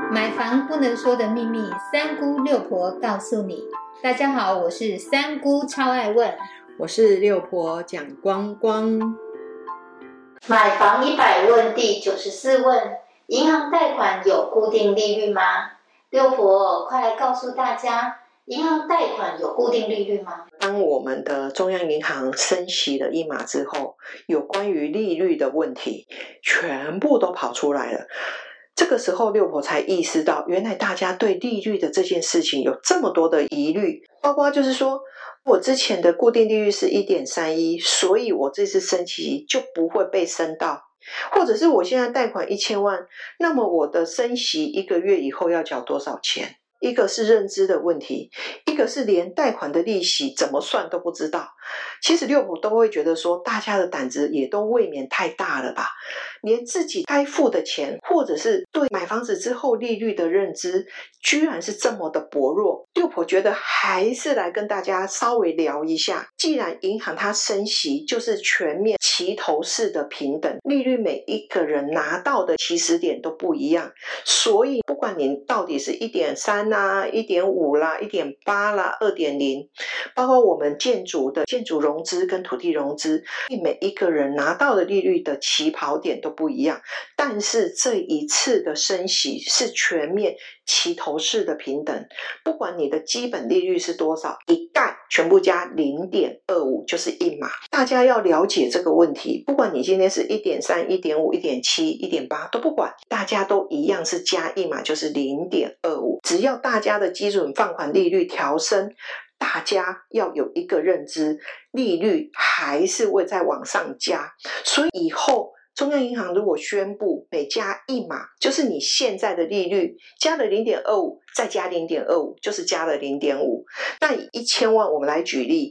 买房不能说的秘密，三姑六婆告诉你。大家好，我是三姑超爱问， 我是六婆蒋光光。 买房100问第94问，银行贷款有固定利率吗？六婆快来告诉大家，银行贷款有固定利率吗？ 当我们的中央银行升息了1码之后，有关于利率的问题全部都跑出来了。这个时候六婆才意识到，原来大家对利率的这件事情有这么多的疑虑，包括就是说我之前的固定利率是 1.31， 所以我这次升息就不会被升到，或者是我现在贷款1000万，那么我的升息1个月以后要缴多少钱？一个是认知的问题，一个是连贷款的利息怎么算都不知道。其实六婆都会觉得说，大家的胆子也都未免太大了吧，连自己该付的钱，或者是对买房子之后利率的认知居然是这么的薄弱。六婆觉得还是来跟大家稍微聊一下，既然银行它升息就是全面齐头式的平等，利率每一个人拿到的起始点都不一样，所以不管你到底是 1.3 啦 1.5 啦 1.8 啦 2.0， 包括我们建筑融资跟土地融资，每一个人拿到的利率的起跑点都不一样，但是这一次的升息是全面齐头式的平等，不管你的基本利率是多少，一概全部加 0.25 就是1码。大家要了解这个问题，不管你今天是 1.3 1.5 1.7 1.8 都不管，大家都一样是加1码就是 0.25。 只要大家的基准放款利率调升，大家要有一个认知，利率还是会再往上加。所以以后中央银行如果宣布每加1码，就是你现在的利率加了 0.25 再加 0.25 就是加了 0.5。 那以1000万我们来举例，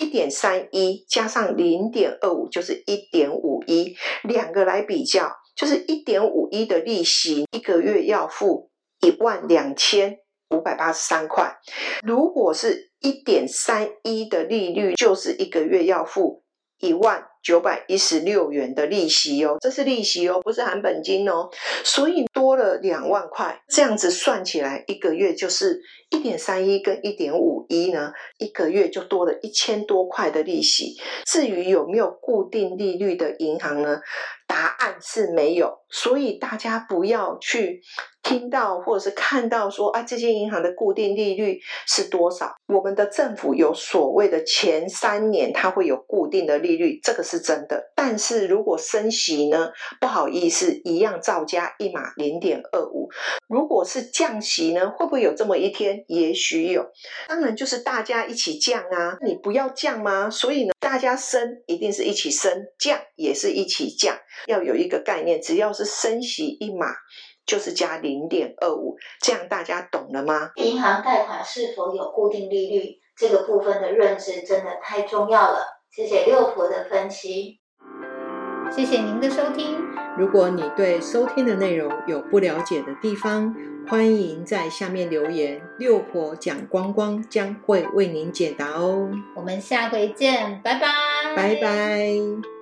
1.31 加上 0.25 就是 1.51， 两个来比较，就是 1.51 的利息一个月要付12583块，如果是 1.31 的利率，就是一个月要付10916元的利息哦，这是利息哦，不是含本金哦，所以多了2万块，这样子算起来一个月就是 1.31 跟 1.51 呢，一个月就多了1000多块的利息。至于有没有固定利率的银行呢，答案是没有，所以大家不要去听到或者是看到说这些银行的固定利率是多少。我们的政府有所谓的前3年它会有固定的利率，这个是真的，但是如果升息呢，不好意思，一样照加1码 0.25。 如果是降息呢，会不会有这么一天？也许有，当然就是大家一起降啊，你不要降吗？所以呢，大家升一定是一起升，降也是一起降。要有一个概念，只要是升息1码就是加 0.25， 这样大家懂了吗？ 银行贷款是否有固定利率，这个部分的认知真的太重要了。谢谢六婆的分析，谢谢您的收听。 如果你对收听的内容有不了解的地方，欢迎在下面留言，六婆蒋光光将会为您解答哦。 我们下回见，拜拜， 拜拜。